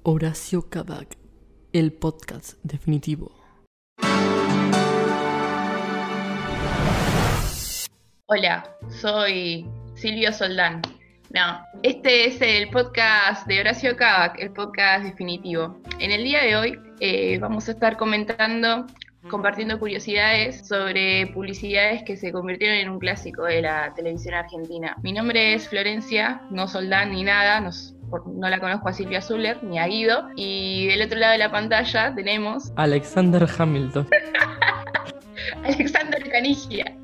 Horacio Cavac, el podcast definitivo. Hola, soy Silvio Soldán. Este es el podcast de Horacio Cavac, el podcast definitivo. En el día de hoy vamos a estar compartiendo curiosidades sobre publicidades que se convirtieron en un clásico de la televisión argentina. Mi nombre es Florencia, no Soldán ni nada, no la conozco a Silvia Zuller ni a Guido. Y del otro lado de la pantalla tenemos Alexander Hamilton. Alexander Canigia.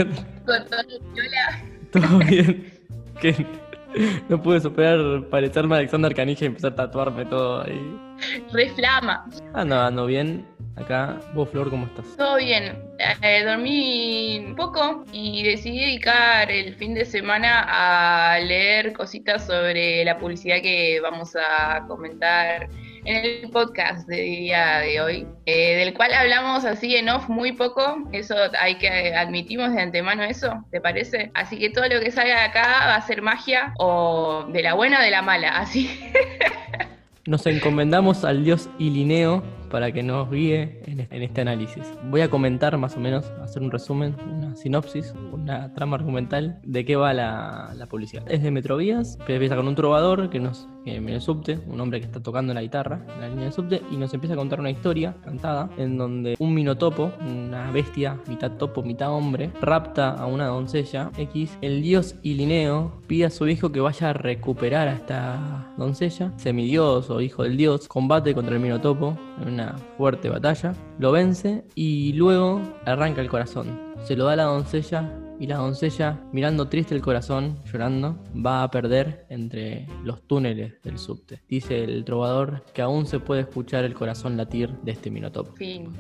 Hola. ¿Todo bien? ¿Qué? No pude superar parecerme a Alexander Canigia y empezar a tatuarme todo ahí. Reflama. Ando bien. Acá, vos, Flor, ¿cómo estás? Todo bien. Dormí un poco y decidí dedicar el fin de semana a leer cositas sobre la publicidad que vamos a comentar en el podcast del día de hoy, del cual hablamos así en off muy poco. Eso hay que admitimos de antemano, eso, ¿te parece? Así que todo lo que salga de acá va a ser magia, o de la buena o de la mala, así. Nos encomendamos al dios Ilineo para que nos guíe en este análisis. Voy a comentar más o menos, hacer un resumen, una sinopsis, una trama argumental de qué va la publicidad. Es de Metrovías, empieza con un trovador que en el subte, un hombre que está tocando la guitarra en la línea del subte, y nos empieza a contar una historia cantada en donde un minotopo, una bestia mitad topo, mitad hombre, rapta a una doncella X. El dios Ilineo pide a su hijo que vaya a recuperar a esta doncella. Semidios o hijo del dios combate contra el minotopo en una fuerte batalla, lo vence y luego arranca el corazón. Se lo da a la doncella y la doncella, mirando triste el corazón, llorando, va a perder entre los túneles del subte. Dice el trovador que aún se puede escuchar el corazón latir de este minotopo. Fin.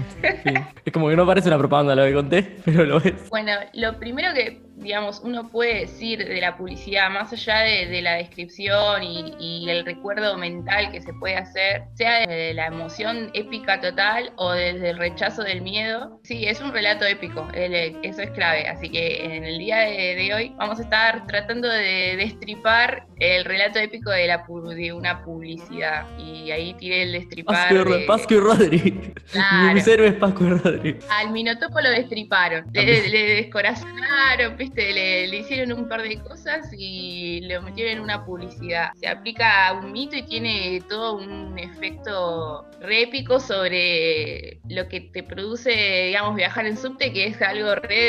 Es como que no parece una propaganda lo que conté, pero lo es. Bueno, lo primero que, digamos, uno puede decir de la publicidad, más allá de la descripción y el recuerdo mental que se puede hacer, sea desde la emoción épica total o desde el rechazo del miedo, sí, es un relato épico, eso es clave. Así que en el día de hoy vamos a estar tratando de destripar el relato épico de una publicidad. Y ahí tiré el destripar. Pascu y Rodri. Claro. Mis héroes Pascu y Rodri. Al minotopo lo destriparon, le descorazonaron, le hicieron un par de cosas y lo metieron en una publicidad. Se aplica a un mito y tiene todo un efecto re épico sobre lo que te produce, digamos, viajar en subte, que es algo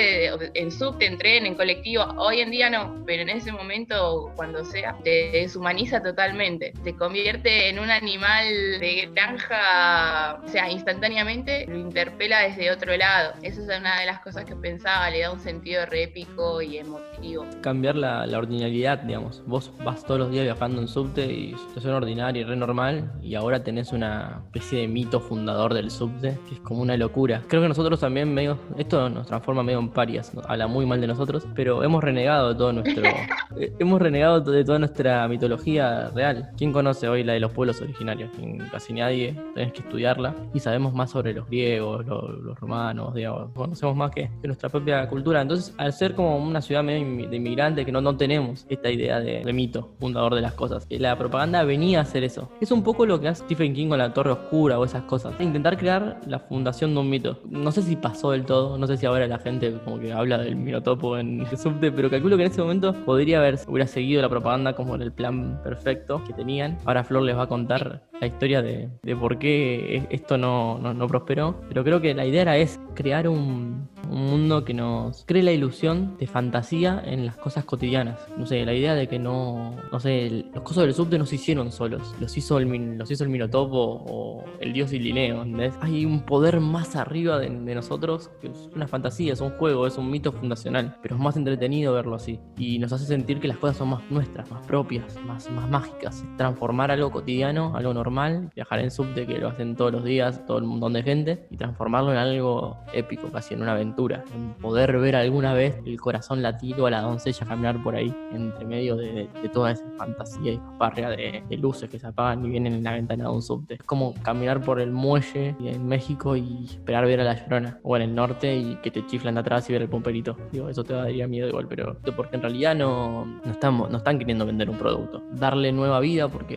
en subte, en tren, en colectivo. Hoy en día no, pero en ese momento, cuando sea, te deshumaniza totalmente. Te convierte en un animal de granja, o sea, instantáneamente lo interpela desde otro lado. Esa es una de las cosas que pensaba, le da un sentido re épico y emotivo. Cambiar la ordinariedad, digamos. Vos vas todos los días viajando en subte y situación ordinaria y re normal, y ahora tenés una especie de mito fundador del subte, que es como una locura. Creo que nosotros también esto nos transforma medio en parias, ¿no? Habla muy mal de nosotros, pero hemos renegado de todo hemos renegado de toda nuestra mitología real. ¿Quién conoce hoy la de los pueblos originarios? Casi nadie. Tenés que estudiarla y sabemos más sobre los griegos, los romanos, digamos. Conocemos más que nuestra propia cultura. Entonces, al ser como una ciudad medio de inmigrantes, que no tenemos esta idea de mito fundador de las cosas, la propaganda venía a hacer eso. Es un poco lo que hace Stephen King con La Torre Oscura o esas cosas. Intentar crear la fundación de un mito. No sé si pasó del todo, no sé si ahora la gente como que habla del minotopo en el subte, pero calculo que en ese momento hubiera seguido la propaganda como en el plan perfecto que tenían. Ahora Flor les va a contar la historia de por qué esto no prosperó, pero creo que la idea era crear un mundo que nos cree la ilusión de fantasía en las cosas cotidianas. No sé, la idea de que los cosas del subte no se hicieron solos, los hizo el minotopo o el dios Ilineo, ¿entendés? Hay un poder más arriba de nosotros, que es una fantasía, es un juego, es un mito fundacional, pero es más entretenido verlo así y nos hace sentir que las cosas son más nuestras, más propias, más mágicas. Transformar algo cotidiano, algo normal, viajar en subte, que lo hacen todos los días todo el montón de gente, y transformarlo en algo épico, casi en una aventura, en poder ver alguna vez el corazón latir o a la doncella caminar por ahí entre medio de toda esa fantasía y fanfarria de luces que se apagan y vienen en la ventana de un subte. Es como caminar por el muelle en México y esperar ver a La Llorona, o en el norte y que te chiflan de atrás y ver el pomperito. Digo, eso te daría miedo igual, pero porque en realidad no están queriendo vender un producto, darle nueva vida, porque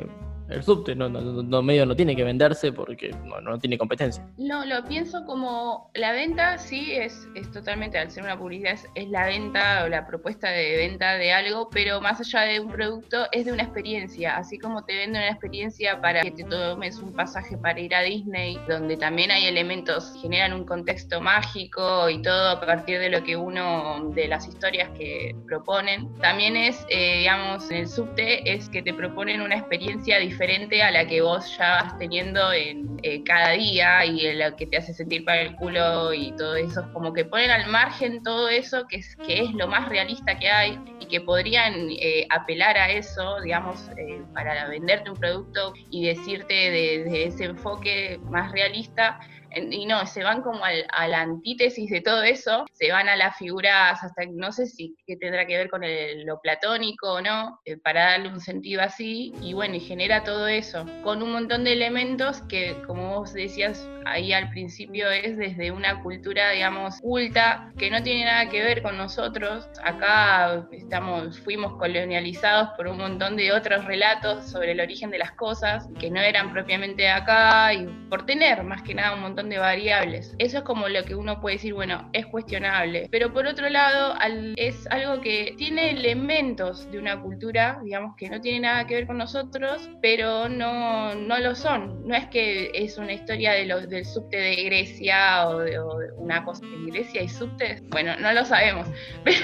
el subte, medio no tiene que venderse porque no tiene competencia. No, lo pienso como la venta, sí, es totalmente, al ser una publicidad, es la venta o la propuesta de venta de algo, pero más allá de un producto, es de una experiencia, así como te venden una experiencia para que te tomes un pasaje para ir a Disney, donde también hay elementos que generan un contexto mágico y todo a partir de lo que de las historias que proponen. También es, digamos, en el subte, es que te proponen una experiencia diferente a la que vos ya vas teniendo en cada día y en lo que te hace sentir para el culo y todo eso, como que ponen al margen todo eso que es lo más realista que hay y que podrían apelar a eso, digamos, para venderte un producto y decirte desde ese enfoque más realista. Y no, se van como a la antítesis de todo eso, se van a las figuras, hasta no sé si que tendrá que ver con lo platónico o no, para darle un sentido así, y bueno, y genera todo eso, con un montón de elementos que, como vos decías ahí al principio, es desde una cultura, digamos, culta, que no tiene nada que ver con nosotros. Acá fuimos colonializados por un montón de otros relatos sobre el origen de las cosas, que no eran propiamente de acá, y por tener más que nada un montón de variables. Eso es como lo que uno puede decir, bueno, es cuestionable. Pero por otro lado, es algo que tiene elementos de una cultura, digamos, que no tiene nada que ver con nosotros, pero no lo son. No es que es una historia del subte de Grecia o de una cosa. ¿En Grecia hay subtes? Bueno, no lo sabemos. Pero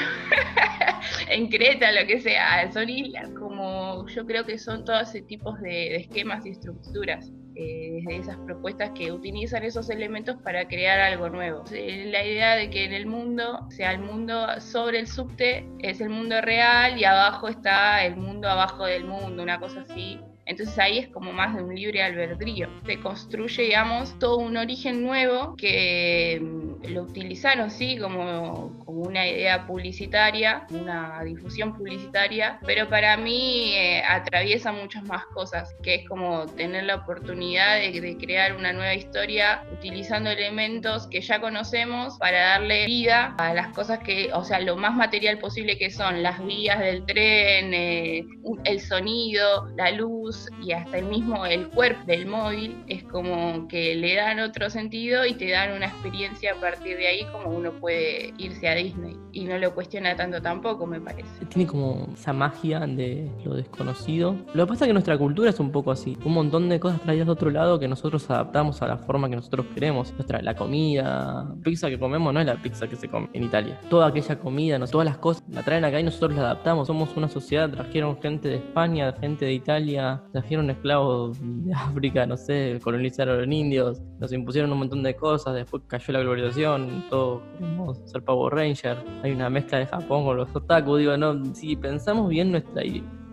en Creta, lo que sea, son islas, como yo creo que son todos ese tipos de esquemas y estructuras. Desde esas propuestas que utilizan esos elementos para crear algo nuevo. La idea de que en el mundo, sea el mundo sobre el subte, es el mundo real y abajo está el mundo abajo del mundo, una cosa así. Entonces ahí es como más de un libre albedrío. Se construye, digamos, todo un origen nuevo que lo utilizaron, sí, como una idea publicitaria, una difusión publicitaria, pero para mí atraviesa muchas más cosas, que es como tener la oportunidad de crear una nueva historia utilizando elementos que ya conocemos para darle vida a las cosas que, o sea, lo más material posible, que son las vías del tren, el sonido, la luz y hasta el cuerpo del móvil. Es como que le dan otro sentido y te dan una experiencia a partir de ahí, como uno puede irse a Disney y no lo cuestiona tanto tampoco, me parece. Tiene como esa magia de lo desconocido. Lo que pasa es que nuestra cultura es un poco así, un montón de cosas traídas de otro lado que nosotros adaptamos a la forma que nosotros queremos. La comida, la pizza que comemos no es la pizza que se come en Italia. Toda aquella comida, todas las cosas la traen acá y nosotros la adaptamos. Somos una sociedad, trajeron gente de España, gente de Italia, trajeron esclavos de África, no sé, colonizaron indios, nos impusieron un montón de cosas, después cayó la globalización, todos queremos ser Power Ranger, hay una mezcla de Japón con los otaku, digo, no, si pensamos bien nuestra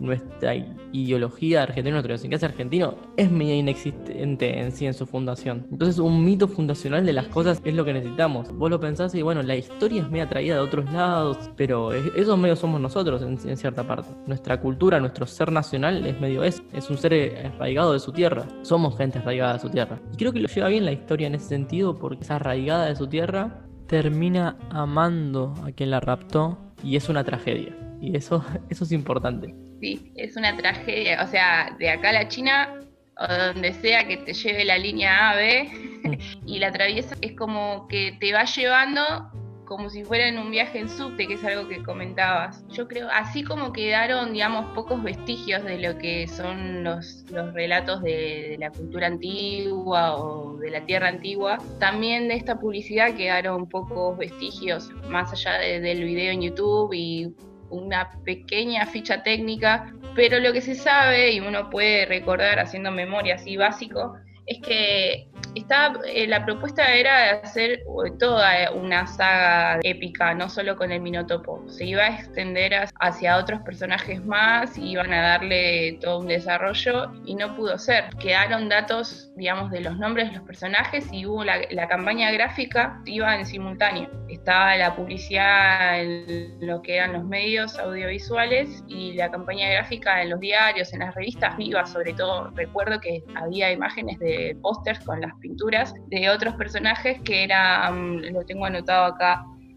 ideología argentina, nuestra idiosincrasia argentino es media inexistente en sí en su fundación. Entonces un mito fundacional de las cosas es lo que necesitamos. Vos lo pensás y bueno, la historia es media traída de otros lados, pero esos medios somos nosotros en cierta parte. Nuestra cultura, nuestro ser nacional es medio es un ser arraigado de su tierra. Somos gente arraigada de su tierra. Y creo que lo lleva bien la historia en ese sentido, porque esa arraigada de su tierra termina amando a quien la raptó y es una tragedia. Y eso es importante. Sí, es una tragedia. O sea, de acá a la China, o donde sea que te lleve la línea A, B, y la atraviesa, es como que te va llevando como si fuera en un viaje en subte, que es algo que comentabas. Yo creo, así como quedaron, digamos, pocos vestigios de lo que son los relatos de la cultura antigua o de la tierra antigua, también de esta publicidad quedaron pocos vestigios, más allá del video en YouTube y una pequeña ficha técnica, pero lo que se sabe y uno puede recordar haciendo memoria así básico, es que la propuesta era hacer toda una saga épica, no solo con el Minotopo. Se iba a extender hacia otros personajes más, y iban a darle todo un desarrollo y no pudo ser. Quedaron datos, digamos, de los nombres de los personajes y hubo la campaña gráfica, iba en simultáneo. Estaba la publicidad en lo que eran los medios audiovisuales y la campaña gráfica en los diarios, en las revistas vivas, sobre todo. Recuerdo que había imágenes de pósters con las pinturas de otros personajes que eran, lo tengo anotado acá,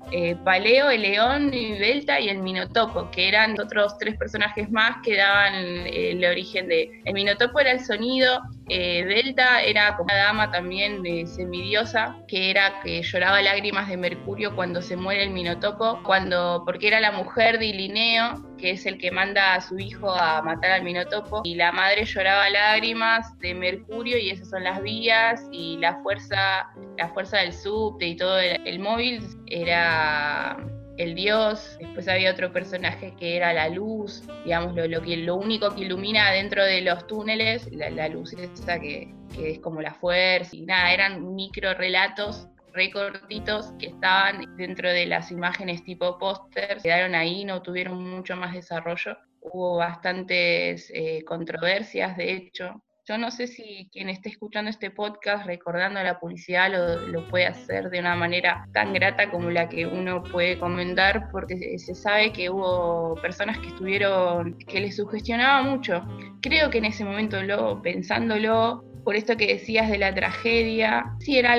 Paleo, el león, y Velta y el Minotopo, que eran otros 3 personajes más que daban el origen de... El Minotopo era el sonido, Velta era como una dama también semidiosa, que lloraba lágrimas de mercurio cuando se muere el Minotopo, porque era la mujer de Linneo, que es el que manda a su hijo a matar al Minotopo, y la madre lloraba lágrimas de mercurio, y esas son las vías, y la fuerza del subte y todo el móvil era el dios. Después había otro personaje que era la luz, digamos, lo único que ilumina dentro de los túneles, la luz esa que es como la fuerza, y nada, eran micro relatos re cortitos que estaban dentro de las imágenes tipo póster, quedaron ahí, no tuvieron mucho más desarrollo. Hubo bastantes controversias, de hecho. Yo no sé si quien esté escuchando este podcast recordando la publicidad lo puede hacer de una manera tan grata como la que uno puede comentar, porque se sabe que hubo personas que les sugestionaba mucho. Creo que en ese momento, pensándolo, por esto que decías de la tragedia, sí era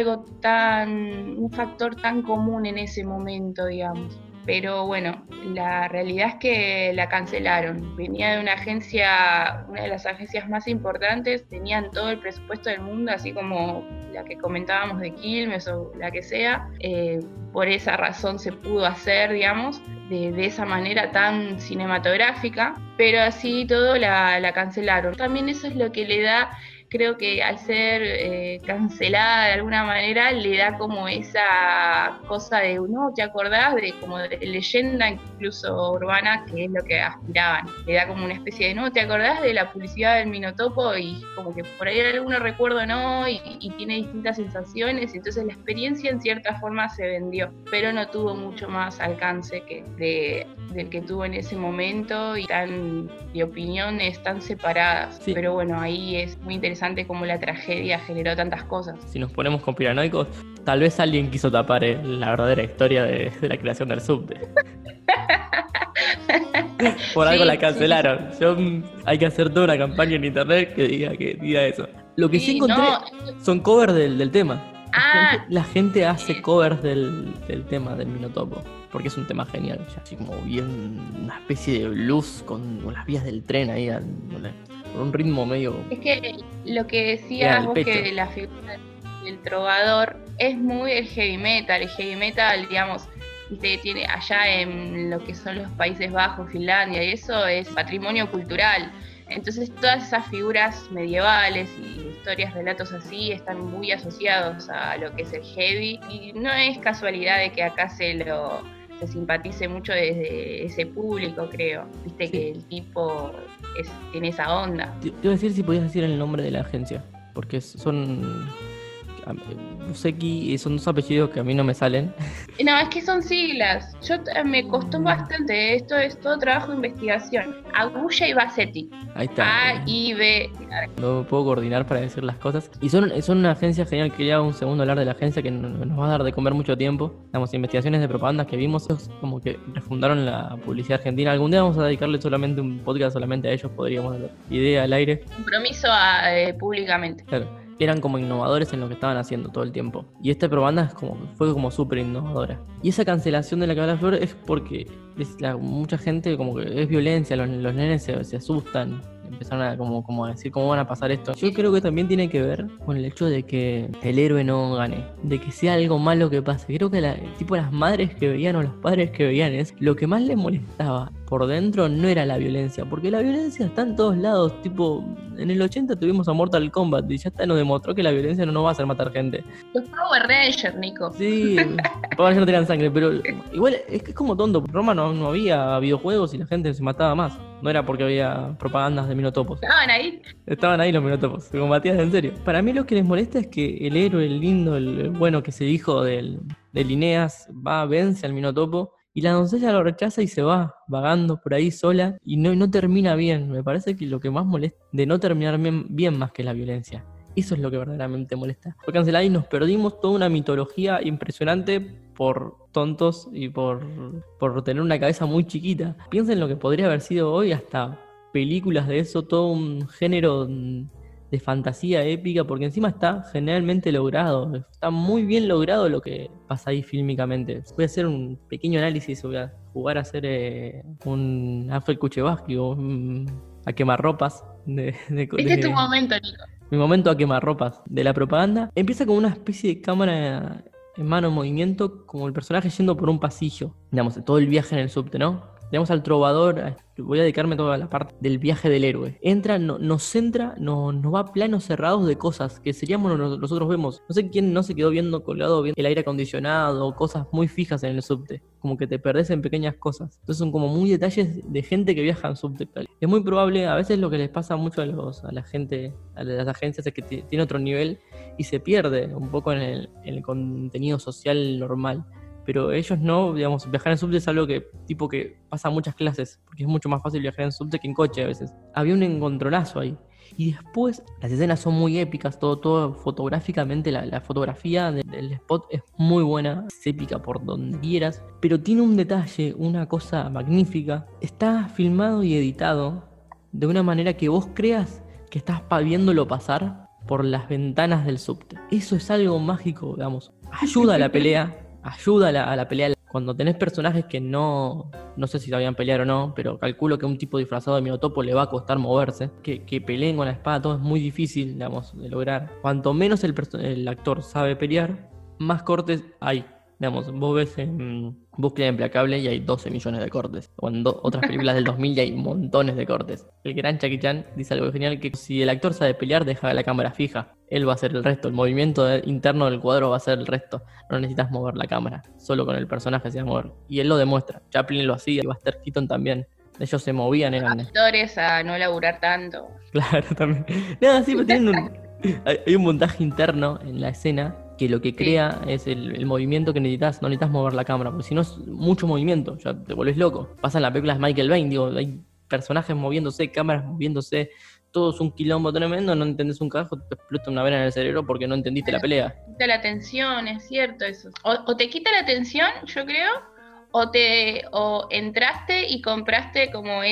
un factor tan común en ese momento, digamos. Pero bueno, la realidad es que la cancelaron. Venía de una de las agencias más importantes, tenían todo el presupuesto del mundo, así como la que comentábamos de Quilmes o la que sea. Por esa razón se pudo hacer, digamos, de esa manera tan cinematográfica, pero así todo la cancelaron. También eso es lo que le da... Creo que al ser cancelada de alguna manera le da como esa cosa de, ¿no? ¿Te acordás? Como de leyenda incluso urbana, que es lo que aspiraban. Le da como una especie de, ¿no? ¿Te acordás de la publicidad del Minotopo? Y como que por ahí alguno recuerdo, ¿no? Y tiene distintas sensaciones, entonces la experiencia en cierta forma se vendió, pero no tuvo mucho más alcance del que tuvo en ese momento, y de opiniones tan separadas. Sí. Pero bueno, ahí es muy interesante cómo la tragedia generó tantas cosas. Si nos ponemos conspiranoicos, tal vez alguien quiso tapar la verdadera historia de la creación del subte. Por algo la cancelaron. Hay que hacer toda una campaña en internet que diga eso. Lo que sí encontré son covers del tema. La gente hace covers del tema del Minotopo, porque es un tema genial, ya. Así como bien una especie de blues con las vías del tren ahí, con un ritmo medio... Es que lo que decías vos, que la figura del trovador es muy el heavy metal. El heavy metal, digamos, tiene allá en lo que son los Países Bajos, Finlandia, y eso es patrimonio cultural. Entonces todas esas figuras medievales y historias, relatos así, están muy asociados a lo que es el heavy, y no es casualidad de que acá se simpatice mucho desde ese público, creo. Viste, sí, que el tipo tiene esa onda. Te iba a decir si podías decir el nombre de la agencia, porque son... Buseki, son 2 apellidos que a mí no me salen. No, es que son siglas. Me costó bastante. Esto es todo trabajo de investigación. Agulla y Bassetti. Ahí está. A-I-B. No puedo coordinar para decir las cosas. Y son una agencia genial. Quería un segundo hablar de la agencia que nos va a dar de comer mucho tiempo. Las investigaciones de propaganda que vimos, es como que refundaron la publicidad argentina. Algún día vamos a dedicarle solamente un podcast solamente a ellos. Podríamos dar idea al aire. Compromiso públicamente. Claro. Eran como innovadores en lo que estaban haciendo todo el tiempo. Y esta propaganda fue como súper innovadora. Y esa cancelación de la que habla Flor es porque mucha gente como que es violencia, los nenes se asustan, empezaron a como a decir cómo van a pasar esto. Yo creo que también tiene que ver con el hecho de que el héroe no gane, de que sea algo malo que pase. Creo que las madres que veían o los padres que veían, lo que más les molestaba por dentro no era la violencia, porque la violencia está en todos lados. Tipo, en el 80 tuvimos a Mortal Kombat y ya nos demostró que la violencia no nos va a hacer matar gente. Los Power Rangers, Nico. Sí, Power Rangers no tenían sangre, pero igual es que es como tonto. En Roma no había videojuegos y la gente se mataba más. No era porque había propagandas de minotopos. Estaban ahí los minotopos, se combatían en serio. Para mí lo que les molesta es que el héroe, el lindo, el bueno, que es el hijo de Lineas, vence al minotopo, y la doncella lo rechaza y se va vagando por ahí sola y no termina bien. Me parece que lo que más molesta de no terminar bien más que la violencia. Eso es lo que verdaderamente molesta. Fue cancelada y nos perdimos toda una mitología impresionante por tontos y por tener una cabeza muy chiquita. Piensen lo que podría haber sido hoy, hasta películas de eso, todo un género de de fantasía épica, porque encima está generalmente logrado, está muy bien logrado lo que pasa ahí fílmicamente. Voy a hacer un pequeño análisis, voy a jugar a hacer un Alfred Kuchevaski o a quemarropas Este es tu momento, Nico. mi momento a quemarropas de la propaganda. Empieza con una especie de cámara en mano en movimiento, como el personaje yendo por un pasillo, digamos, todo el viaje en el subte, ¿no? Tenemos al trovador, voy a dedicarme toda la parte del viaje del héroe. Entra, nos centra, nos va a planos cerrados de cosas que seríamos nosotros vemos. No sé quién no se quedó viendo colgado viendo el aire acondicionado, cosas muy fijas en el subte. Como que te perdés en pequeñas cosas. Entonces son como muy detalles de gente que viaja en subte. Es muy probable, a veces lo que les pasa mucho a la gente, a las agencias, es que tiene otro nivel y se pierde un poco en el contenido social normal. Pero ellos no, digamos, viajar en subte es algo que pasa muchas clases, porque es mucho más fácil viajar en subte que en coche a veces. Había un encontronazo ahí. Y después las escenas son muy épicas, todo fotográficamente, la fotografía del spot es muy buena, es épica por donde quieras, pero tiene un detalle, una cosa magnífica. Está filmado y editado de una manera que vos creas que estás viéndolo pasar por las ventanas del subte. Eso es algo mágico, digamos. Ayuda a la pelea. Ayuda a la pelea. Cuando tenés personajes que no sé si sabían pelear o no, pero calculo que a un tipo disfrazado de Minotopo le va a costar moverse, que peleen con la espada, todo es muy difícil, digamos, de lograr. Cuanto menos el actor sabe pelear, más cortes hay. Digamos, vos ves en Búsqueda Implacable y hay 12 millones de cortes. O en otras películas del 2000 y hay montones de cortes. El gran Jackie Chan dice algo genial, que si el actor sabe pelear, deja la cámara fija. Él va a hacer el resto. El movimiento interno del cuadro va a ser el resto. No necesitas mover la cámara. Solo con el personaje se va a mover. Y él lo demuestra. Chaplin lo hacía y Buster Keaton también. Ellos se movían, eran actores a no laburar tanto. Claro, también. Nada, sí, pero tienen hay un montaje interno en la escena que lo que crea es el movimiento que necesitas. No necesitas mover la cámara, porque si no es mucho movimiento, ya te vuelves loco. Pasa en la película de Michael Bay, digo, hay personajes moviéndose, cámaras moviéndose, todo es un quilombo tremendo, no entendés un carajo, te explota una vena en el cerebro porque no entendiste la pelea. Te quita la atención, es cierto eso. O te quita la atención, yo creo, o entraste y compraste como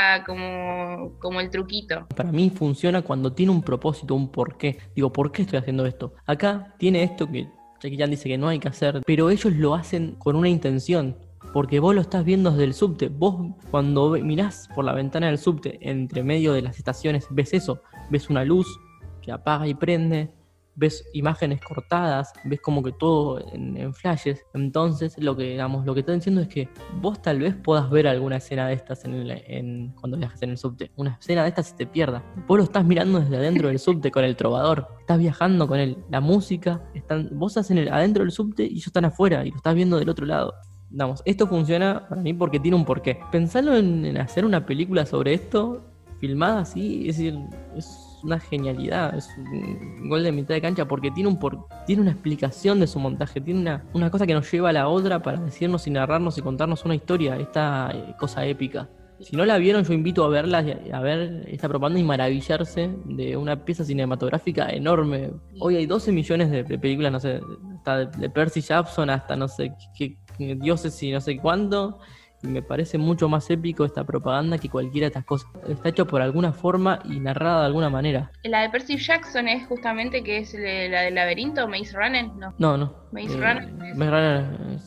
como el truquito. Para mí funciona cuando tiene un propósito, un porqué. Digo, ¿por qué estoy haciendo esto? Acá tiene esto que Jackie Chan dice que no hay que hacer, pero ellos lo hacen con una intención. Porque vos lo estás viendo desde el subte. Vos cuando mirás por la ventana del subte, entre medio de las estaciones, ves eso. Ves una luz que apaga y prende. Ves imágenes cortadas, ves como que todo en flashes. Entonces lo que están diciendo es que vos tal vez puedas ver alguna escena de estas cuando viajes en el subte. Una escena de estas se te pierda. Vos lo estás mirando desde adentro del subte con el trovador. Estás viajando con él. La música, vos estás adentro del subte y ellos están afuera y lo estás viendo del otro lado. Esto funciona para mí porque tiene un porqué. Pensalo en hacer una película sobre esto, filmada así, es decir, es una genialidad, es un gol de mitad de cancha porque tiene una explicación de su montaje, tiene una cosa que nos lleva a la otra para decirnos y narrarnos y contarnos una historia, esta cosa épica. Si no la vieron, yo invito a verla, a ver esta propaganda y maravillarse de una pieza cinematográfica enorme. Hoy hay 12 millones de películas, no sé, hasta de Percy Jackson hasta no sé qué dioses y no sé cuánto. Y me parece mucho más épico esta propaganda que cualquiera de estas cosas. Está hecho por alguna forma y narrada de alguna manera. La de Percy Jackson es justamente que es la del laberinto, Maze Runner, ¿no? No. Maze Runner. Maze Runner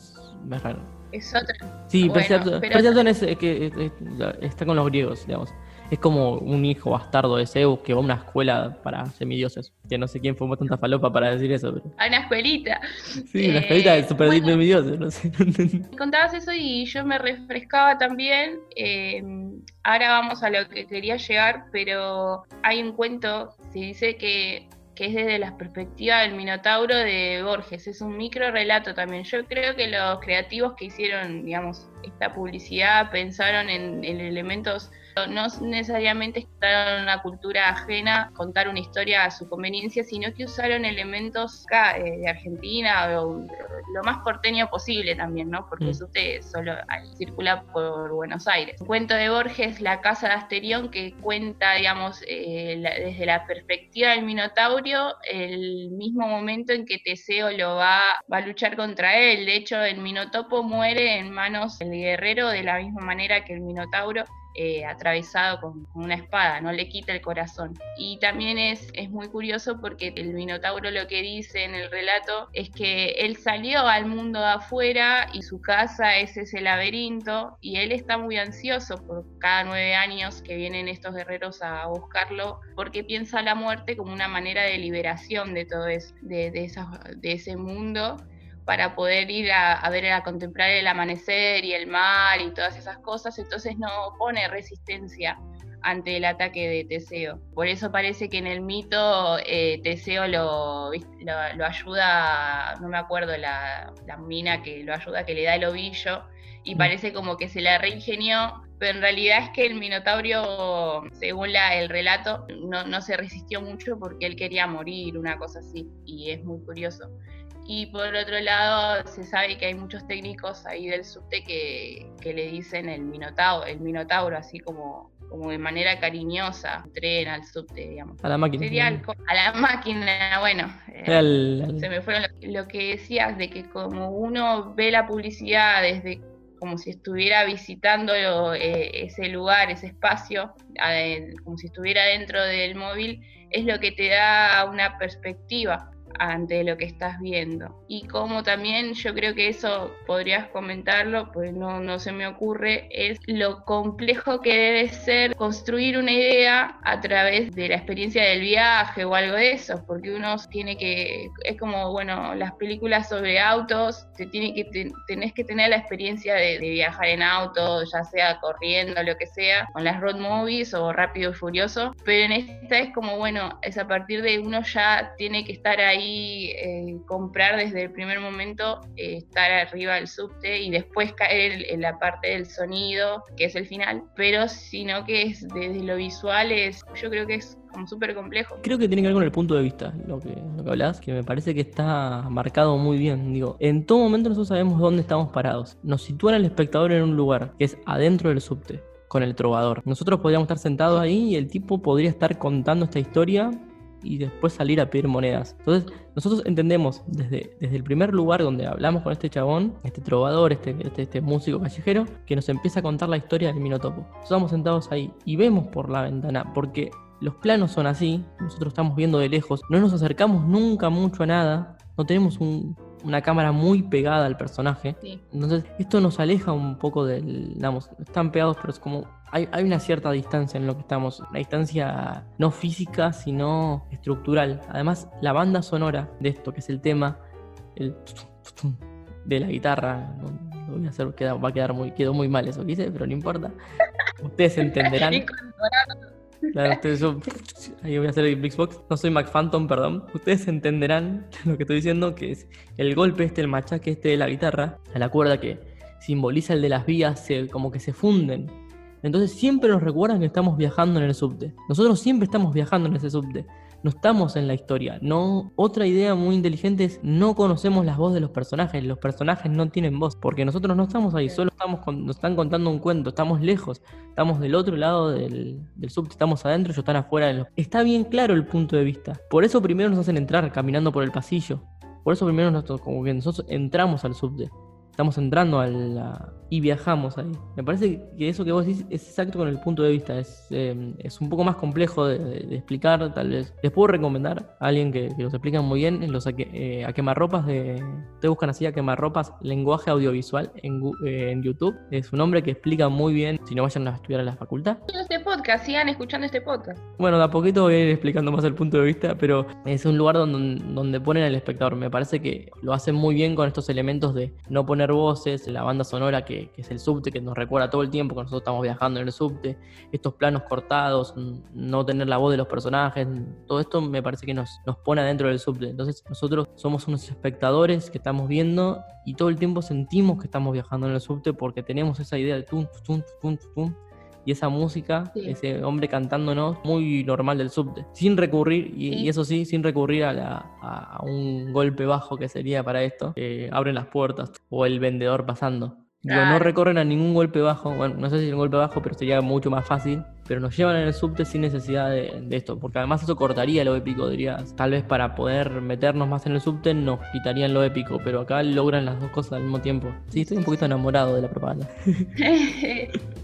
es otra. Sí, bueno, Percy Jackson es que está con los griegos, digamos. Es como un hijo bastardo de Zeus que va a una escuela para semidioses. Que no sé quién fumó tanta falopa para decir eso. Pero... A una escuelita. Sí, una escuelita de super semidioses, no sé. Contabas eso y yo me refrescaba también. Ahora vamos a lo que quería llegar, pero hay un cuento, se dice que es desde la perspectiva del Minotauro de Borges. Es un micro relato también. Yo creo que los creativos que hicieron, digamos, esta publicidad pensaron en elementos. No necesariamente estaban en una cultura ajena, contar una historia a su conveniencia, sino que usaron elementos acá, de Argentina, lo más porteño posible también, ¿no? Porque el subte solo circula por Buenos Aires. Un cuento de Borges, La casa de Asterión, que cuenta, digamos, desde la perspectiva del Minotauro, el mismo momento en que Teseo va a luchar contra él. De hecho, el Minotopo muere en manos del guerrero de la misma manera que el Minotauro. atravesado con una espada, no le quita el corazón. Y también es muy curioso porque el Minotauro lo que dice en el relato es que él salió al mundo de afuera y su casa es ese laberinto, y él está muy ansioso por cada 9 años que vienen estos guerreros a buscarlo, porque piensa la muerte como una manera de liberación de todo eso, de ese mundo, para poder ir a ver, a contemplar el amanecer y el mar y todas esas cosas. Entonces no pone resistencia ante el ataque de Teseo. Por eso parece que en el mito Teseo lo ayuda, no me acuerdo, la mina que lo ayuda, que le da el ovillo, y parece como que se la reingenió, pero en realidad es que el Minotauro, según el relato, no se resistió mucho porque él quería morir, una cosa así, y es muy curioso. Y por otro lado, se sabe que hay muchos técnicos ahí del subte que le dicen el Minotauro, así como de manera cariñosa, entrena al subte, digamos. A la máquina. Sería a la máquina, bueno. Se me fueron lo que decías, de que como uno ve la publicidad desde como si estuviera visitando ese lugar, ese espacio, como si estuviera dentro del móvil, es lo que te da una perspectiva ante lo que estás viendo. Y como también yo creo que eso podrías comentarlo, pues no se me ocurre, es lo complejo que debe ser construir una idea a través de la experiencia del viaje o algo de eso, porque uno tiene que, es como, bueno, las películas sobre autos, tenés que tener la experiencia de viajar en auto, ya sea corriendo, lo que sea, con las road movies o Rápido y Furioso, pero en esta es como, bueno, es a partir de uno ya tiene que estar ahí, comprar desde el primer momento, estar arriba del subte y después caer en la parte del sonido, que es el final, pero sino que es desde lo visual, yo creo que es como súper complejo. Creo que tiene que ver con el punto de vista, lo que hablás, que me parece que está marcado muy bien. Digo, en todo momento nosotros sabemos dónde estamos parados. Nos sitúan al espectador en un lugar que es adentro del subte, con el trovador. Nosotros podríamos estar sentados ahí y el tipo podría estar contando esta historia y después salir a pedir monedas. Entonces nosotros entendemos desde el primer lugar donde hablamos con este chabón, este trovador, este músico callejero, que nos empieza a contar la historia del Minotopo. Nosotros estamos sentados ahí y vemos por la ventana, porque los planos son así, nosotros estamos viendo de lejos, no nos acercamos nunca mucho a nada, no tenemos una cámara muy pegada al personaje. Sí. Entonces esto nos aleja un poco digamos, están pegados, pero es como hay una cierta distancia en lo que estamos, una distancia no física sino estructural. Además la banda sonora de esto, que es el tema, el de la guitarra, no lo voy a hacer, quedó muy mal eso que hice, pero no importa, ustedes entenderán. Claro, ahí voy a hacer el Flixbox. No soy McPhantom, perdón. Ustedes entenderán lo que estoy diciendo, que es el golpe el machaque de la guitarra, a la cuerda que simboliza el de las vías, como que se funden. Entonces siempre nos recuerdan que estamos viajando en el subte. Nosotros siempre estamos viajando en ese subte. No estamos en la historia. No. Otra idea muy inteligente es: no conocemos las voces de los personajes. Los personajes no tienen voz, porque nosotros no estamos ahí, solo nos están contando un cuento. Estamos lejos, estamos del otro lado del subte, estamos adentro, ellos están afuera. Está bien claro el punto de vista. Por eso primero nos hacen entrar caminando por el pasillo. Por eso primero como que nosotros entramos al subte. Estamos entrando y viajamos ahí. Me parece que eso que vos decís es exacto con el punto de vista. Es un poco más complejo de explicar, tal vez. Les puedo recomendar a alguien que los explica muy bien, los a quemarropas ustedes buscan así, a quemarropas lenguaje audiovisual en YouTube. Es un hombre que explica muy bien, si no vayan a estudiar a la facultad. Este podcast, sigan escuchando este podcast. Bueno, de a poquito voy a ir explicando más el punto de vista, pero es un lugar donde ponen al espectador. Me parece que lo hacen muy bien con estos elementos de no poner voces, la banda sonora que es el subte, que nos recuerda todo el tiempo que nosotros estamos viajando en el subte, estos planos cortados, no tener la voz de los personajes, todo esto me parece que nos pone adentro del subte. Entonces nosotros somos unos espectadores que estamos viendo y todo el tiempo sentimos que estamos viajando en el subte porque tenemos esa idea de tum, tum, tum, tum, tum, y esa música, sí, ese hombre cantándonos, muy normal del subte, sin recurrir, y eso sí, sin recurrir a un golpe bajo que sería para esto, abren las puertas, o el vendedor pasando. Claro. No recorren a ningún golpe bajo, bueno, no sé si es un golpe bajo, pero sería mucho más fácil, pero nos llevan en el subte sin necesidad de esto, porque además eso cortaría lo épico, dirías. Tal vez para poder meternos más en el subte nos quitarían lo épico, pero acá logran las dos cosas al mismo tiempo. Sí, estoy un poquito enamorado de la propaganda.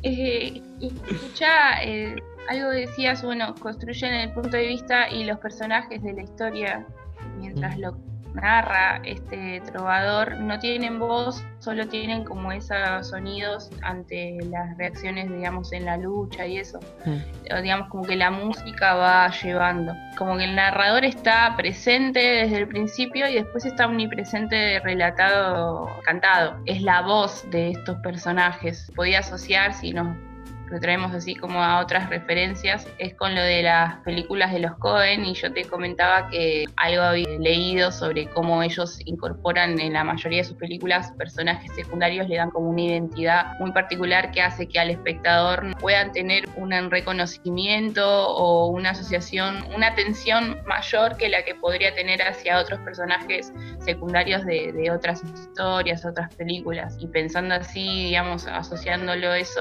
Escuchá, algo decías, bueno, construyen el punto de vista y los personajes de la historia mientras lo narra este trovador no tienen voz, solo tienen como esos sonidos ante las reacciones, digamos, en la lucha y eso. Digamos, como que la música va llevando. Como que el narrador está presente desde el principio y después está omnipresente, relatado, cantado. Es la voz de estos personajes. Podía asociar, si nos lo traemos así como a otras referencias, es con lo de las películas de los Coen, y yo te comentaba que algo había leído sobre cómo ellos incorporan en la mayoría de sus películas personajes secundarios, le dan como una identidad muy particular que hace que al espectador puedan tener un reconocimiento o una asociación, una atención mayor que la que podría tener hacia otros personajes secundarios de otras historias, otras películas. Y pensando así, digamos, asociándolo eso,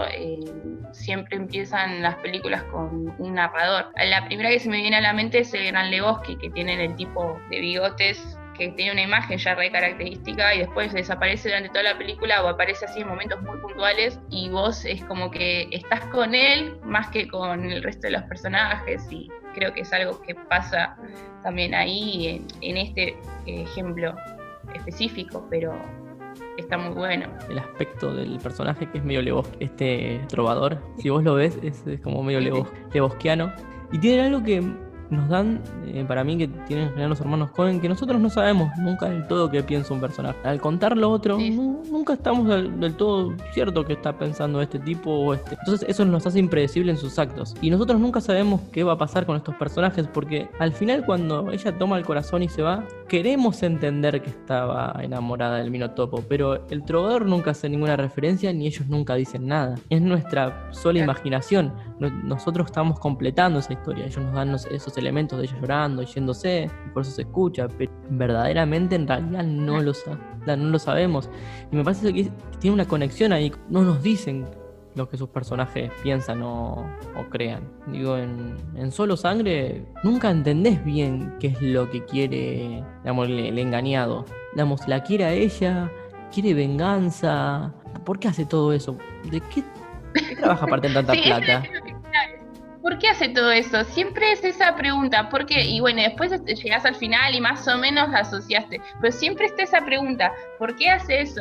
siempre empiezan las películas con un narrador. La primera que se me viene a la mente es el Gran Lebowski, que tienen el tipo de bigotes que tiene una imagen ya re característica y después desaparece durante toda la película o aparece así en momentos muy puntuales y vos es como que estás con él más que con el resto de los personajes, y creo que es algo que pasa también ahí en este ejemplo específico, pero está muy bueno. El aspecto del personaje que es medio Lebowski, este trovador, si vos lo ves, es como medio lebowskiano. Y tiene algo que nos dan, para mí, que tienen en general los hermanos Coen, que nosotros no sabemos nunca del todo qué piensa un personaje. Al contar lo otro, nunca estamos del todo cierto que está pensando este tipo o este. Entonces eso nos hace impredecible en sus actos. Y nosotros nunca sabemos qué va a pasar con estos personajes, porque al final, cuando ella toma el corazón y se va, queremos entender que estaba enamorada del Minotopo, pero el trovador nunca hace ninguna referencia ni ellos nunca dicen nada. Es nuestra sola imaginación. Nosotros estamos completando esa historia. Ellos nos dan esos elementos de ella llorando y yéndose, y por eso se escucha, pero verdaderamente en realidad no lo sabemos. Y me parece que tiene una conexión ahí. No nos dicen lo que sus personajes piensan o crean. Digo, en Solo Sangre nunca entendés bien qué es lo que quiere, digamos, el engañado. Digamos, la quiere a ella, quiere venganza. ¿Por qué hace todo eso? ¿De qué trabaja para tener tanta plata? ¿Por qué hace todo eso? Siempre es esa pregunta. ¿Por qué? Y bueno, después llegás al final y más o menos asociaste. Pero siempre está esa pregunta. ¿Por qué hace eso?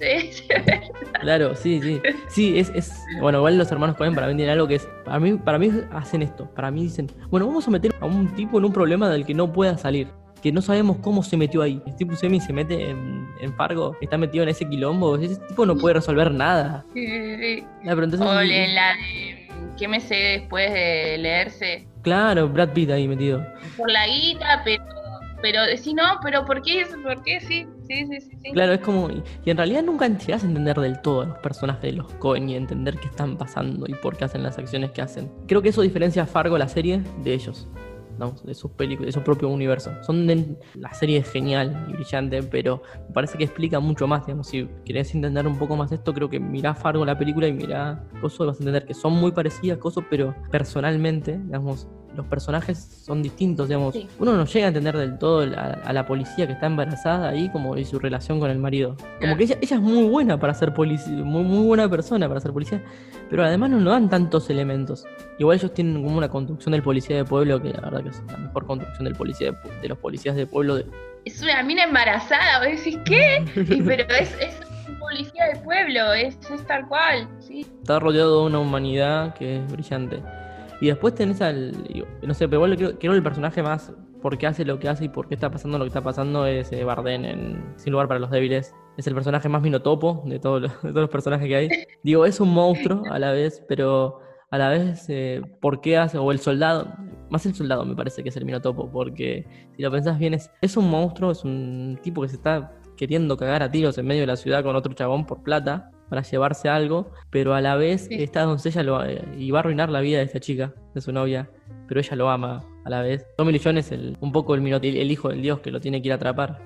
Claro, sí. Sí, es bueno, igual los hermanos Coen para mí tienen algo que es. Para mí hacen esto. Para mí dicen, bueno, vamos a meter a un tipo en un problema del que no pueda salir. Que no sabemos cómo se metió ahí. El tipo Buscemi se mete en Fargo, está metido en ese quilombo. Ese tipo no puede resolver nada. Sí. Pero entonces, o en la de ¿qué me sé después de leerse? Claro, Brad Pitt ahí metido. Por la guita, pero sí, no, pero ¿por qué eso? ¿Por qué? Sí. Claro, es como. Y en realidad nunca llegás a entender del todo a los personajes de los Coen y entender qué están pasando y por qué hacen las acciones que hacen. Creo que eso diferencia a Fargo, la serie, de ellos. De sus películas, de su propio universo. La serie es genial y brillante, pero me parece que explica mucho más, digamos. Si querés entender un poco más esto, creo que mirá Fargo, la película, y mirá Coso, y vas a entender que son muy parecidas, Coso, pero personalmente, digamos, los personajes son distintos, digamos. Sí. Uno no llega a entender del todo a la policía que está embarazada ahí, como y su relación con el marido. Como que ella es muy buena para ser policía, muy buena persona para ser policía, pero además no nos dan tantos elementos. Igual ellos tienen como una construcción del policía de pueblo que la verdad que es la mejor construcción del policía de los policías de pueblo. Es una mina embarazada, vos decís, ¿qué? Pero es un policía de pueblo, es tal cual, sí. Está rodeado de una humanidad que es brillante. Y después tenés no sé, pero igual creo el personaje más por qué hace lo que hace y por qué está pasando lo que está pasando es Bardem en Sin lugar para los débiles. Es el personaje más Minotopo de todos los personajes que hay. Digo, es un monstruo a la vez, pero a la vez por qué hace, o el soldado, más el soldado me parece que es el Minotopo, porque si lo pensás bien es un monstruo, es un tipo que se está queriendo cagar a tiros en medio de la ciudad con otro chabón por plata para llevarse algo, pero a la vez esta doncella y va a arruinar la vida de esta chica, de su novia, pero ella lo ama a la vez. Tommy Lee Jones es un poco el hijo del dios que lo tiene que ir a atrapar.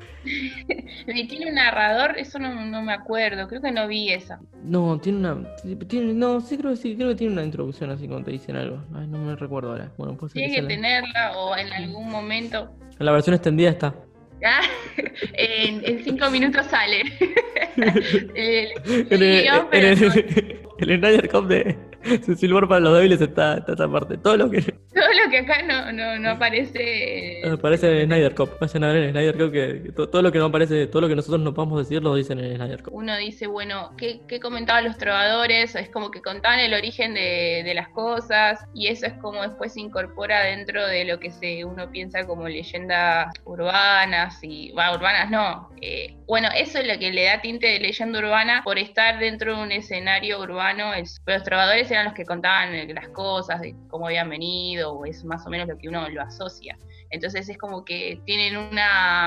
¿Y tiene un narrador? Eso no me acuerdo, creo que no vi esa. No, creo que tiene una introducción así como te dicen algo. Ay, no me recuerdo ahora. Bueno, tiene que tenerla o en algún momento. En la versión extendida está. En 5 minutos sale. En el Snyder Cut de Civil War para los débiles está esa parte. Todo lo que todo lo que acá no aparece. aparece en Snyder Cut. Vayan a ver en Snyder Cut que todo lo que no aparece, todo lo que nosotros no podemos decir, lo dicen en Snyder Cut. Uno dice, bueno, ¿qué comentaban los trovadores? Es como que contaban el origen de las cosas, y eso es como después se incorpora dentro de lo que uno piensa como leyendas urbanas, urbanas no. Bueno, eso es lo que le da tinte de leyenda urbana por estar dentro de un escenario urbano. Pero los trovadores eran los que contaban las cosas, de cómo habían venido, o es más o menos lo que uno lo asocia. Entonces es como que tienen un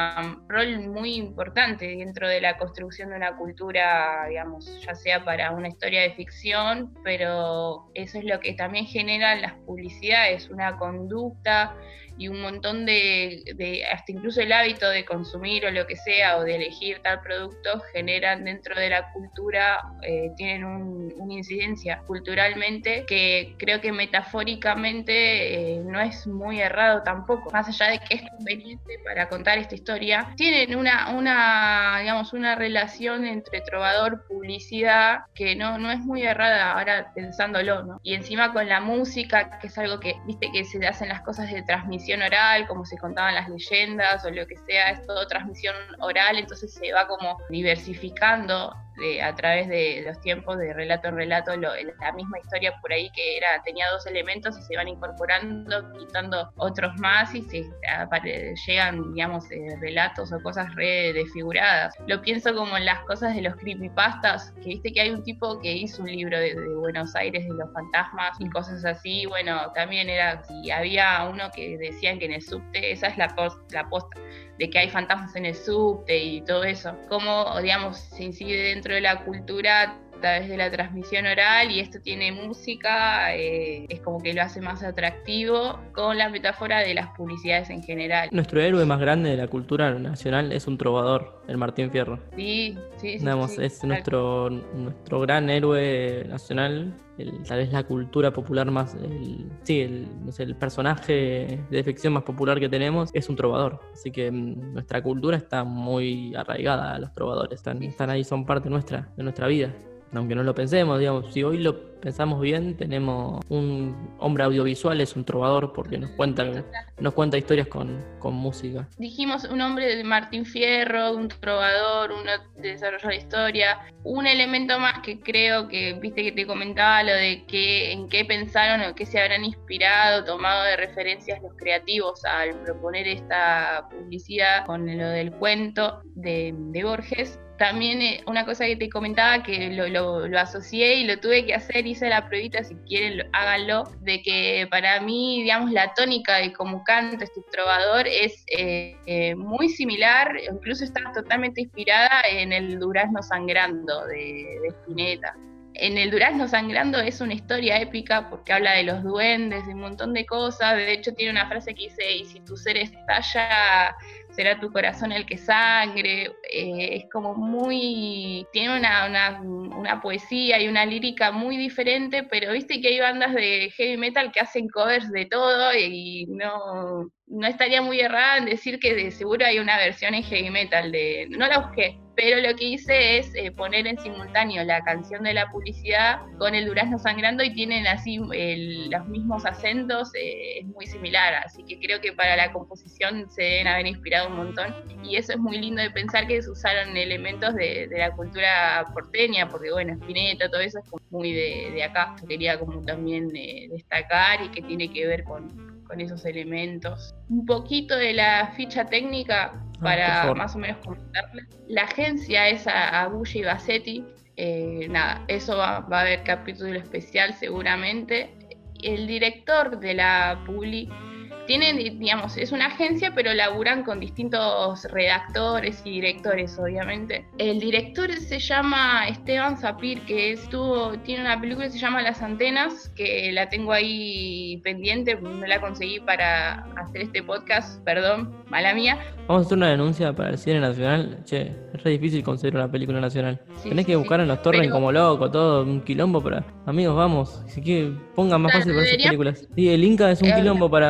rol muy importante dentro de la construcción de una cultura, digamos, ya sea para una historia de ficción, pero eso es lo que también generan las publicidades, una conducta y un montón hasta incluso el hábito de consumir o lo que sea, o de elegir tal producto, generan dentro de la cultura, tienen una incidencia culturalmente que creo que metafóricamente no es muy errado tampoco, más allá de que es conveniente para contar esta historia. Tienen digamos, una relación entre trovador, publicidad, que no es muy errada ahora pensándolo, ¿no? Y encima con la música, que es algo que, viste, que se hacen las cosas de transmisión oral, como se contaban las leyendas o lo que sea, es todo transmisión oral, entonces se va como diversificando a través de los tiempos, de relato en relato, la misma historia por ahí que tenía 2 elementos y se van incorporando, quitando otros más, y llegan, digamos, relatos o cosas re desfiguradas. Lo pienso como en las cosas de los creepypastas, que viste que hay un tipo que hizo un libro de Buenos Aires, de los fantasmas y cosas así. Bueno, también había uno que decían que en el subte, esa es la posta, de que hay fantasmas en el subte y todo eso. Cómo, digamos, se incide dentro de la cultura a través de la transmisión oral, y esto tiene música, es como que lo hace más atractivo, con la metáfora de las publicidades en general. Nuestro héroe más grande de la cultura nacional es un trovador, el Martín Fierro. Sí. Digamos, es nuestro gran héroe nacional, tal vez la cultura popular más, el personaje de ficción más popular que tenemos es un trovador. Así que nuestra cultura está muy arraigada a los trovadores, están ahí, son parte de nuestra vida. Aunque no lo pensemos, digamos, si hoy lo pensamos bien, tenemos un hombre audiovisual, es un trovador, porque nos cuenta historias con música. Dijimos un hombre de Martín Fierro, un trovador, uno de desarrollo de historia. Un elemento más que creo que, viste que te comentaba, lo de en qué pensaron o qué se habrán inspirado, tomado de referencias los creativos al proponer esta publicidad con lo del cuento de Borges. También una cosa que te comentaba, que lo asocié y lo tuve que hacer, hice la pruebita, si quieren háganlo, de que para mí, digamos, la tónica de cómo canta este trovador es muy similar, incluso está totalmente inspirada en el Durazno Sangrando de Spinetta. En el Durazno Sangrando es una historia épica porque habla de los duendes, de un montón de cosas. De hecho tiene una frase que dice: y si tu ser estalla, será tu corazón el que sangre. Es como tiene una poesía y una lírica muy diferente, pero viste que hay bandas de heavy metal que hacen covers de todo, y no estaría muy errada en decir que de seguro hay una versión en heavy metal no la busqué, pero lo que hice es poner en simultáneo la canción de la publicidad con el Durazno Sangrando, y tienen así los mismos acentos, es muy similar, así que creo que para la composición se deben haber inspirado un montón, y eso es muy lindo de pensar, que se usaron elementos de la cultura porteña, porque bueno, Spinetta, todo eso es como muy de acá. Yo quería como también destacar, y que tiene que ver con esos elementos. Un poquito de la ficha técnica para más o menos comentarles. La agencia es Agulla y Bassetti. Eso va a haber capítulo especial seguramente. El director de la publi digamos, es una agencia, pero laburan con distintos redactores y directores, obviamente. El director se llama Esteban Sapir, que tiene una película que se llama Las Antenas, que la tengo ahí pendiente, no la conseguí para hacer este podcast, perdón, mala mía. Vamos a hacer una denuncia para el cine nacional. Che, es re difícil conseguir una película nacional. Tenés que buscar en los torrents como loco, todo un quilombo para... Amigos, vamos, si quieren, pongan más fácil para esas películas. Sí, el Inca es un quilombo para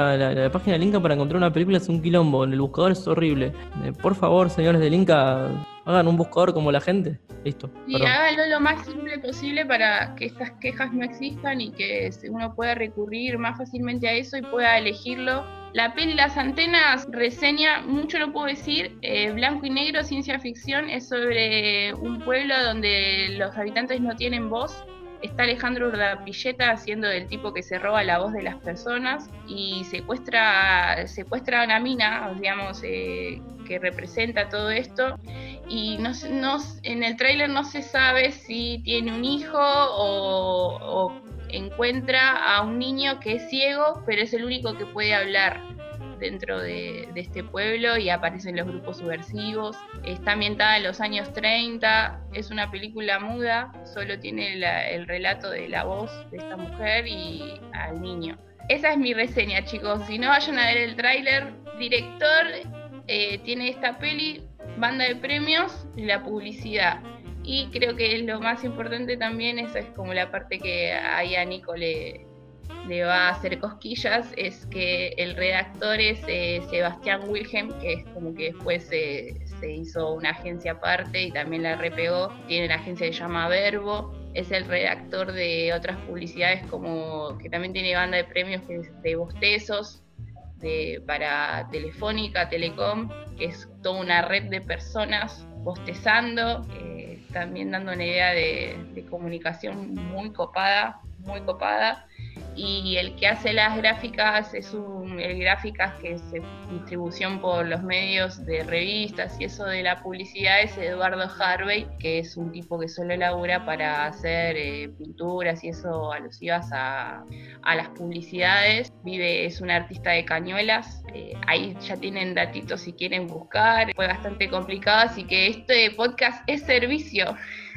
La página del Inca para encontrar una película es un quilombo. En el buscador es horrible. Por favor, señores del Inca, hagan un buscador como la gente. Listo. Y Perdón. háganlo lo más simple posible para que estas quejas no existan y que uno pueda recurrir más fácilmente a eso y pueda elegirlo. La peli Las Antenas reseña, mucho no puedo decir, blanco y negro, ciencia ficción, es sobre un pueblo donde los habitantes no tienen voz. Está Alejandro Urdapilleta haciendo del tipo que se roba la voz de las personas y secuestra a una mina, digamos, que representa todo esto. Y en el tráiler no se sabe si tiene un hijo o encuentra a un niño que es ciego, pero es el único que puede hablar dentro de este pueblo y aparecen los grupos subversivos. Está ambientada en los años 30, es una película muda, solo tiene el relato de la voz de esta mujer y al niño. Esa es mi reseña, chicos. Si no, vayan a ver el tráiler. Director tiene esta peli, banda de premios y la publicidad. Y creo que lo más importante también, esa es como la parte que ahí a Nico le va a hacer cosquillas, es que el redactor es Sebastián Wilhelm, que es como que después se hizo una agencia aparte y también la repegó. Tiene una agencia que se llama Verbo, es el redactor de otras publicidades, como que también tiene banda de premios que es de bostezos para Telefónica, Telecom, que es toda una red de personas bostezando, también dando una idea de comunicación muy copada. Y el que hace las gráficas es el Gráficas, que es distribución por los medios de revistas y eso de la publicidad, es Eduardo Harvey, que es un tipo que solo labura para hacer pinturas y eso alusivas a las publicidades. Es un artista de cañuelas, ahí ya tienen datitos si quieren buscar. Fue bastante complicado, así que este podcast es servicio.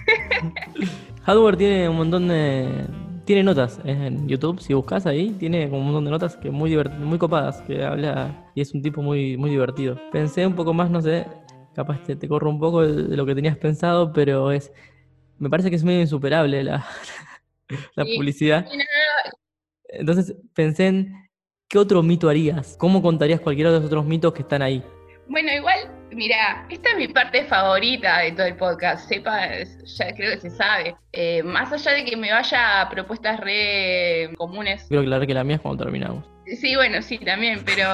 Hardware tiene un montón tiene notas en YouTube, si buscas ahí, tiene como un montón de notas que muy copadas, que habla y es un tipo muy, muy divertido. Pensé un poco más, no sé, capaz te corro un poco de lo que tenías pensado, pero me parece que es medio insuperable la Sí. publicidad. Entonces pensé en ¿qué otro mito harías? ¿Cómo contarías cualquiera de los otros mitos que están ahí? Bueno, igual, mirá, esta es mi parte favorita de todo el podcast, ya creo que se sabe. Más allá de que me vaya a propuestas re comunes. Creo que la mía es cuando terminamos. Sí, bueno, sí, también, pero...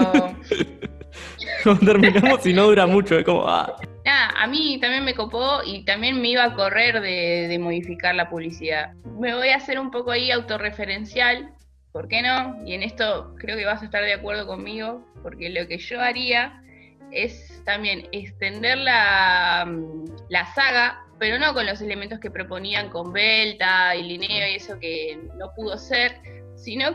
Cuando terminamos y no dura mucho, es como... Nada, a mí también me copó y también me iba a correr de modificar la publicidad. Me voy a hacer un poco ahí autorreferencial, ¿por qué no? Y en esto creo que vas a estar de acuerdo conmigo, porque lo que yo haría es también extender la saga, pero no con los elementos que proponían con Belta y Linneo y eso que no pudo ser, sino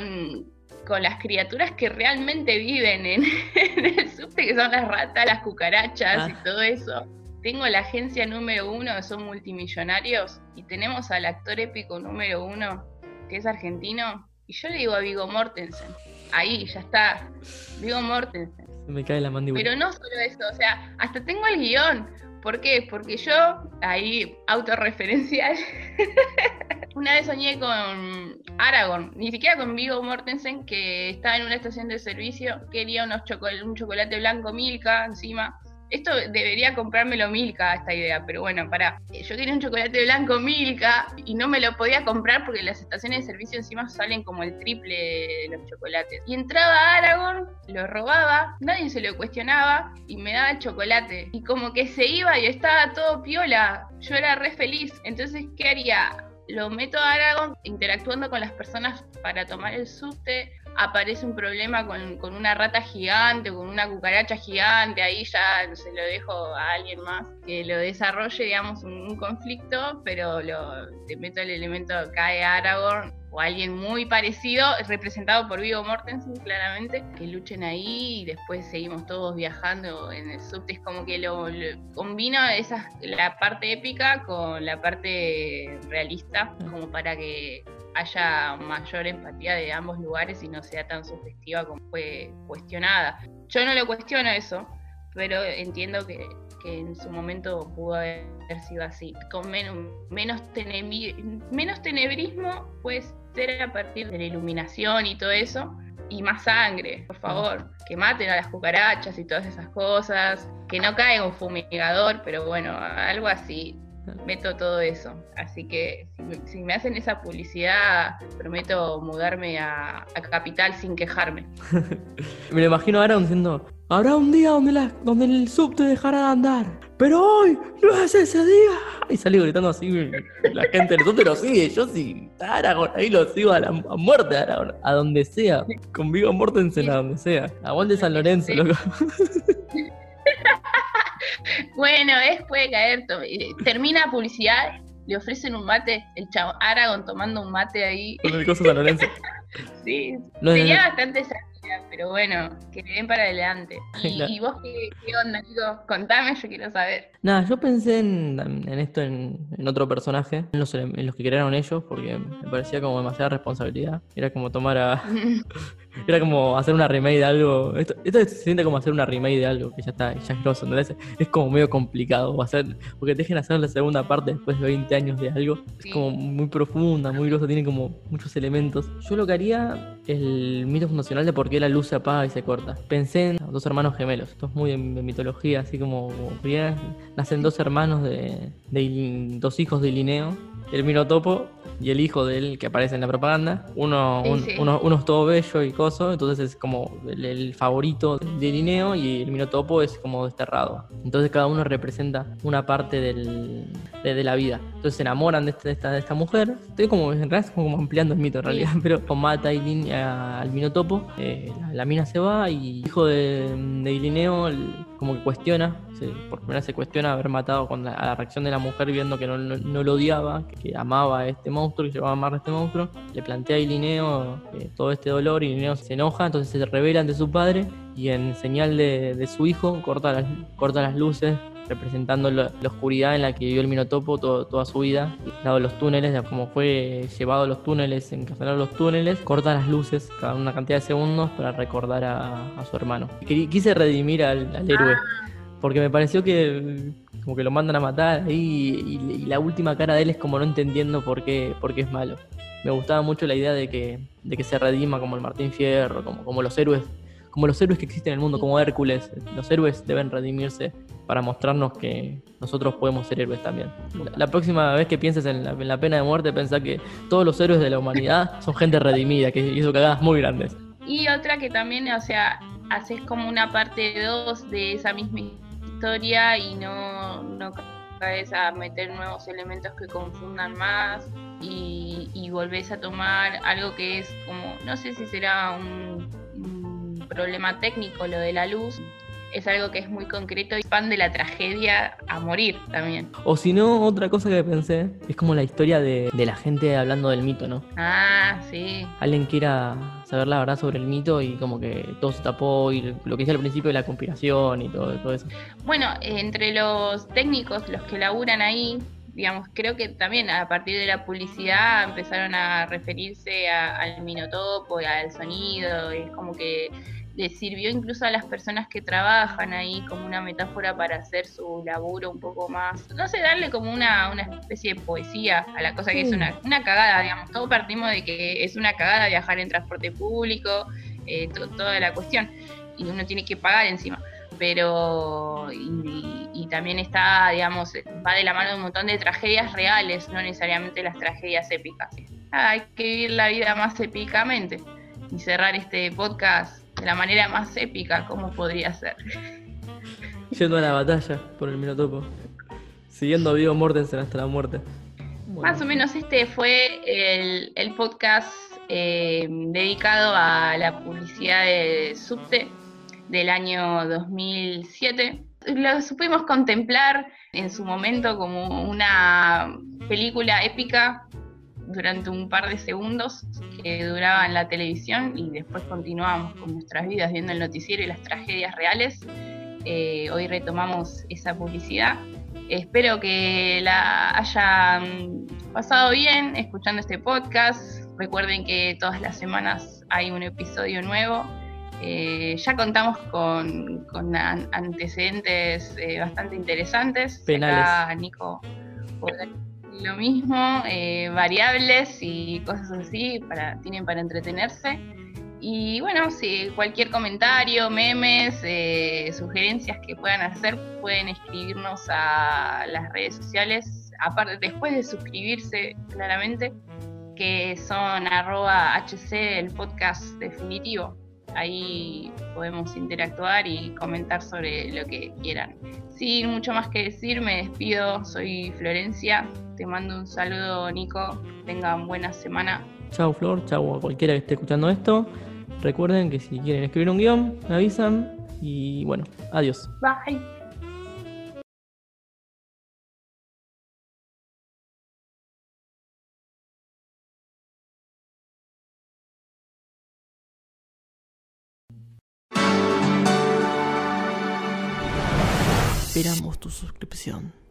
con las criaturas que realmente viven en el subte, que son las ratas, las cucarachas y todo eso. Tengo la agencia número 1, que son multimillonarios, y tenemos al actor épico número 1, que es argentino, y yo le digo a Viggo Mortensen. Ahí, ya está, Viggo Mortensen. Se me cae la mandíbula. Pero no solo eso, o sea, hasta tengo el guión. ¿Por qué? Porque yo, ahí, autorreferencial, una vez soñé con Aragorn, ni siquiera con Viggo Mortensen, que estaba en una estación de servicio, quería un chocolate blanco Milka encima. Esto debería comprármelo Milka, esta idea, pero bueno, yo quería un chocolate blanco Milka y no me lo podía comprar porque las estaciones de servicio encima salen como el triple de los chocolates. Y entraba Aragorn, lo robaba, nadie se lo cuestionaba y me daba el chocolate. Y como que se iba y estaba todo piola, yo era re feliz. Entonces, ¿qué haría? Lo meto a Aragorn interactuando con las personas para tomar el subte. Aparece un problema con una rata gigante o con una cucaracha gigante, ahí ya se lo dejo a alguien más que lo desarrolle, digamos, un conflicto, pero te meto el elemento, cae Aragorn o alguien muy parecido, representado por Viggo Mortensen claramente, que luchen ahí y después seguimos todos viajando en el subte. Es como que lo combino la parte épica con la parte realista, como para que haya mayor empatía de ambos lugares y no sea tan sugestiva como fue cuestionada. Yo no lo cuestiono eso, pero entiendo que en su momento pudo haber sido así. Con menos tenebrismo puede ser a partir de la iluminación y todo eso, y más sangre, por favor, que maten a las cucarachas y todas esas cosas, que no caiga un fumigador, pero bueno, algo así. Meto todo eso, así que si me hacen esa publicidad, prometo mudarme a Capital sin quejarme. Me lo imagino ahora diciendo, habrá un día donde el subte dejará de andar, pero hoy no es ese día. Y salí gritando así, la gente del subte lo sigue, yo sí, Aragorn, ahí lo sigo a muerte, Aragorn, a donde sea, con Viggo Mortensen a donde sea, aguante San Lorenzo, Sí. loco. Bueno, puede caer, termina publicidad, le ofrecen un mate, el chavo Aragorn tomando un mate ahí. Con el coso San Lorenzo. Sí, No, sería bastante salida, pero bueno, que le den para adelante. Claro. ¿Y vos qué onda, Nico? Contame, yo quiero saber. Nada, yo pensé en esto, en otro personaje, en los que crearon ellos, porque me parecía como demasiada responsabilidad. Era como era como hacer una remake de algo. Esto se siente como hacer una remake de algo que ya es grosso, ¿entendés? Es como medio complicado porque te dejen hacer la segunda parte después de 20 años de algo. Sí. Es como muy profunda, muy grosso, tiene como muchos elementos. Yo lo que haría, el mito fundacional de por qué la luz se apaga y se corta. Pensé en dos hermanos gemelos. Esto es muy de mitología, así como nacen dos hermanos dos hijos de Linneo, el Minotopo y el hijo de él que aparece en la propaganda. Uno es todo bello y coso, entonces es como el favorito de Linneo, y el Minotopo es como desterrado. Entonces cada uno representa una parte de la vida. Entonces se enamoran de esta mujer. Estoy como, en realidad, como ampliando el mito en realidad, pero mata al Minotopo, la mina se va y el hijo de Linneo como que cuestiona, por primera vez se cuestiona haber matado a la reacción de la mujer, viendo que no lo odiaba, que amaba a este monstruo, que llegaba a amar a este monstruo. Le plantea a Linneo todo este dolor, y Linneo se enoja, entonces se revela ante su padre y en señal de su hijo corta las luces, representando la oscuridad en la que vivió el Minotopo toda su vida. Dado los túneles, como fue llevado a los túneles, encarcelado los túneles, corta las luces cada una cantidad de segundos para recordar a su hermano. Quise redimir al héroe, porque me pareció que como que lo mandan a matar ahí, y la última cara de él es como no entendiendo por qué es malo. Me gustaba mucho la idea de que se redima como el Martín Fierro, como los héroes. Como los héroes que existen en el mundo, como Hércules. Los héroes deben redimirse para mostrarnos que nosotros podemos ser héroes también. La próxima vez que pienses en la pena de muerte, pensá que todos los héroes de la humanidad son gente redimida, que hizo cagadas muy grandes. Y otra que también, o sea, haces como una parte 2 de esa misma historia y no caes a meter nuevos elementos que confundan más, y volvés a tomar algo que es como, no sé si será un problema técnico lo de la luz, es algo que es muy concreto y fan de la tragedia a morir también. O si no, otra cosa que pensé es como la historia de la gente hablando del mito, ¿no? Ah, sí. Alguien quiera saber la verdad sobre el mito y como que todo se tapó, y lo que decía al principio de la conspiración y todo eso. Bueno, entre los técnicos, los que laburan ahí, digamos, creo que también a partir de la publicidad empezaron a referirse al Minotopo y al sonido, y es como que les sirvió incluso a las personas que trabajan ahí como una metáfora para hacer su laburo un poco más, no sé, darle como una especie de poesía a la cosa, que es una cagada, digamos. Todos partimos de que es una cagada viajar en transporte público, toda la cuestión, y uno tiene que pagar encima. Pero y también está, digamos, va de la mano de un montón de tragedias reales, no necesariamente las tragedias épicas. Hay que vivir la vida más épicamente y cerrar este podcast de la manera más épica. ¿Cómo podría ser? Yendo a la batalla por el Minotopo, siguiendo a Viggo Mortensen hasta la muerte. Bueno. Más o menos este fue el podcast dedicado a la publicidad de Subte del año 2007. Lo supimos contemplar en su momento como una película épica durante un par de segundos que duraba en la televisión, y después continuábamos con nuestras vidas viendo el noticiero y las tragedias reales. Hoy retomamos esa publicidad. Espero que la hayan pasado bien escuchando este podcast. Recuerden que todas las semanas hay un episodio nuevo. Ya contamos con antecedentes bastante interesantes. Penales. Acá Nico podrá decir lo mismo, variables y cosas así tienen para entretenerse. Y bueno, si cualquier comentario, memes, sugerencias que puedan hacer, pueden escribirnos a las redes sociales, aparte después de suscribirse claramente, que son @HC el podcast definitivo. Ahí podemos interactuar y comentar sobre lo que quieran. Sin mucho más que decir, me despido. Soy Florencia. Te mando un saludo, Nico. Tengan buena semana. Chau Flor, chau a cualquiera que esté escuchando esto. Recuerden que si quieren escribir un guión, me avisan. Y bueno, adiós. Bye. Esperamos tu suscripción.